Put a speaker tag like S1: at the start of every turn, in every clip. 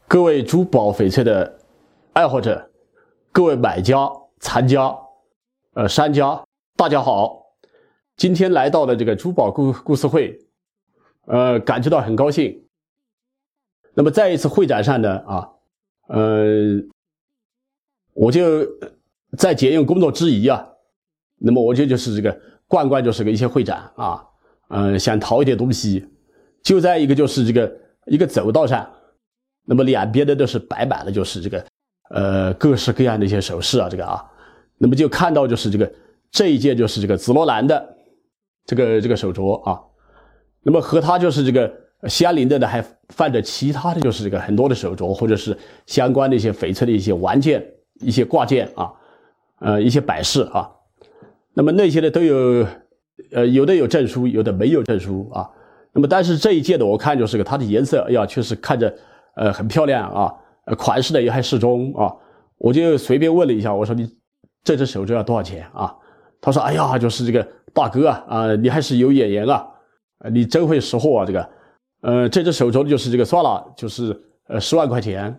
S1: 各位珠宝翡翠的爱好者，各位买家、藏家、商家，大家好！今天来到了这个珠宝故事会，感觉到很高兴。那么在一次会展上呢，我就在检验工作之余那么我就是这个逛就是个一些会展想淘一点东西，就在一个就是这个一个走道上。那么两边的都是摆满了就是这个各式各样的一些首饰那么就看到就是这一件就是这个紫罗兰的这个手镯那么和它就是这个相邻的呢还放着其他的就是这个很多的手镯或者是相关的一些翡翠的一些玩件、一些挂件一些摆饰那么那些呢都有有的有证书，有的没有证书那么但是这一件呢我看就是它的颜色确实看着很漂亮款式呢也还适中我就随便问了一下，我说你这只手镯要多少钱他说哎呀，就是这个大哥你还是有眼缘你真会识货这只手镯就是这个算了，就是10万块钱。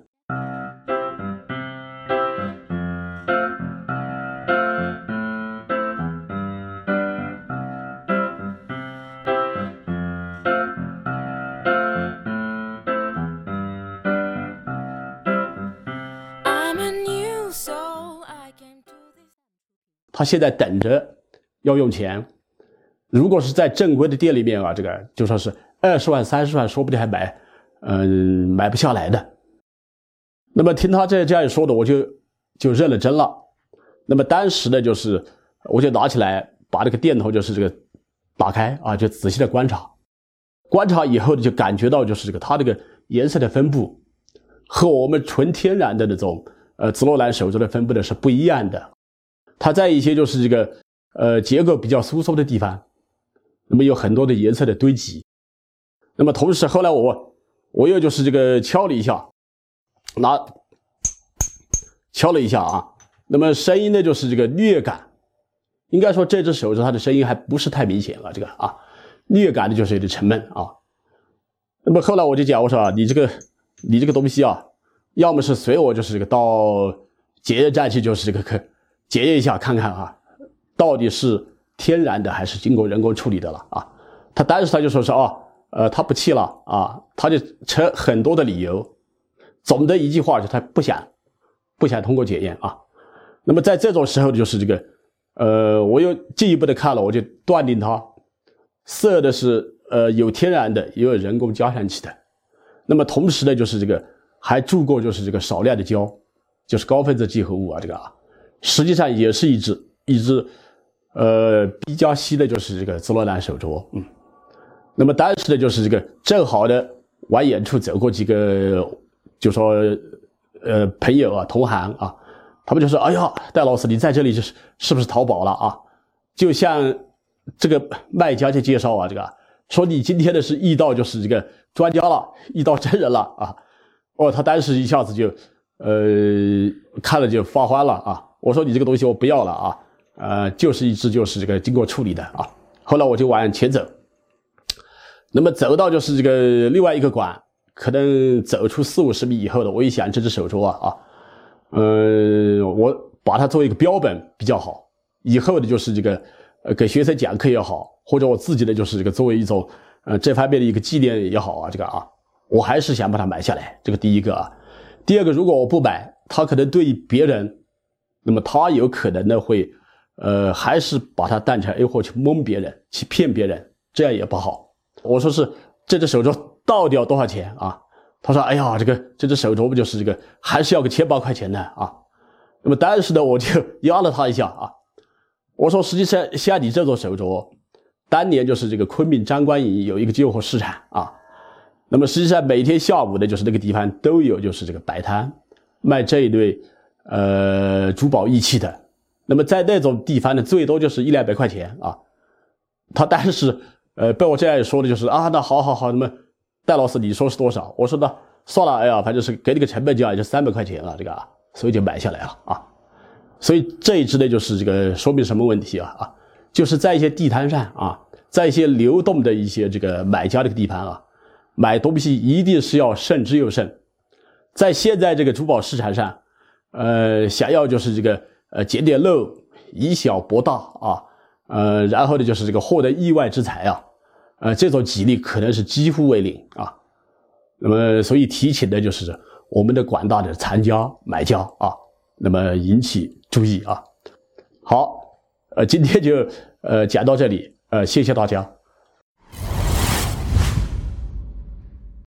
S1: 他现在等着要用钱，如果是在正规的店里面这个就说是20万、30万，说不定还买不下来的。那么听他这样一说的，我就认了真了。那么当时呢，就是我就拿起来把这个电头就是这个打开就仔细的观察以后就感觉到就是它这个颜色的分布和我们纯天然的那种紫罗兰手镯的分布的是不一样的。它在一些就是这个结构比较疏松的地方，那么有很多的颜色的堆积。那么同时后来我又就是这个敲了一下那么声音呢就是这个略感，应该说这只手镯它的声音还不是太明显略感的就是有点沉闷那么后来我就讲，我说你这个东西要么是随我就是这个到检验站去就是这个检验一下看看到底是天然的还是经过人工处理的了他当时他就说是他不气了他就扯很多的理由，总的一句话就是他不想通过检验那么在这种时候就是这个我又进一步的看了，我就断定它色的是有天然的也有人工加上去的。那么同时呢就是这个还注过就是这个少量的胶，就是高分子聚合物实际上也是一只B 加 C 的就是这个紫罗兰手镯那么当时呢就是这个正好的往远处走过几个就说朋友同行他们就说哎呀，戴老师你在这里是不是淘宝了就像这个卖家就介绍说你今天的是遇到就是这个专家了，遇到真人了他当时一下子就看了就发慌了我说你这个东西我不要了就是一只就是这个经过处理的后来我就往前走，那么走到就是这个另外一个馆，可能走出40-50米以后的，我一想这只手镯我把它做一个标本比较好，以后的就是这个给学生讲课也好，或者我自己的就是这个作为一种这方面的一个纪念也好我还是想把它买下来，这个第一个第二个，如果我不买，它可能对于别人，那么他有可能呢会还是把它当成 A 货去蒙别人，去骗别人，这样也不好。我说是这只手镯到底要多少钱他说哎呀，这只手镯不就是这个还是要个1800块钱的那么当时呢我就压了他一下我说实际上像你这种手镯，当年就是这个昆明张官营有一个旧货市场那么实际上每天下午呢就是那个地方都有就是这个摆摊卖这一类珠宝玉器的，那么在那种地方呢最多就是100-200块钱他当时被我这样说的就是那好，那么戴老师你说是多少？我说呢算了，哎呀反正是给你个成本价也就300块钱了所以就买下来了所以这一支呢就是这个说明什么问题就是在一些地摊上在一些流动的一些这个买家这个地方买东西一定是要慎之又慎， 在现在这个珠宝市场上，想要就是这个捡点漏，以小博大啊，然后呢就是这个获得意外之财啊，这种几率可能是几乎为零啊。那么所以提醒的就是我们的广大的藏家买家啊，那么引起注意啊。好，今天就讲到这里，谢谢大家。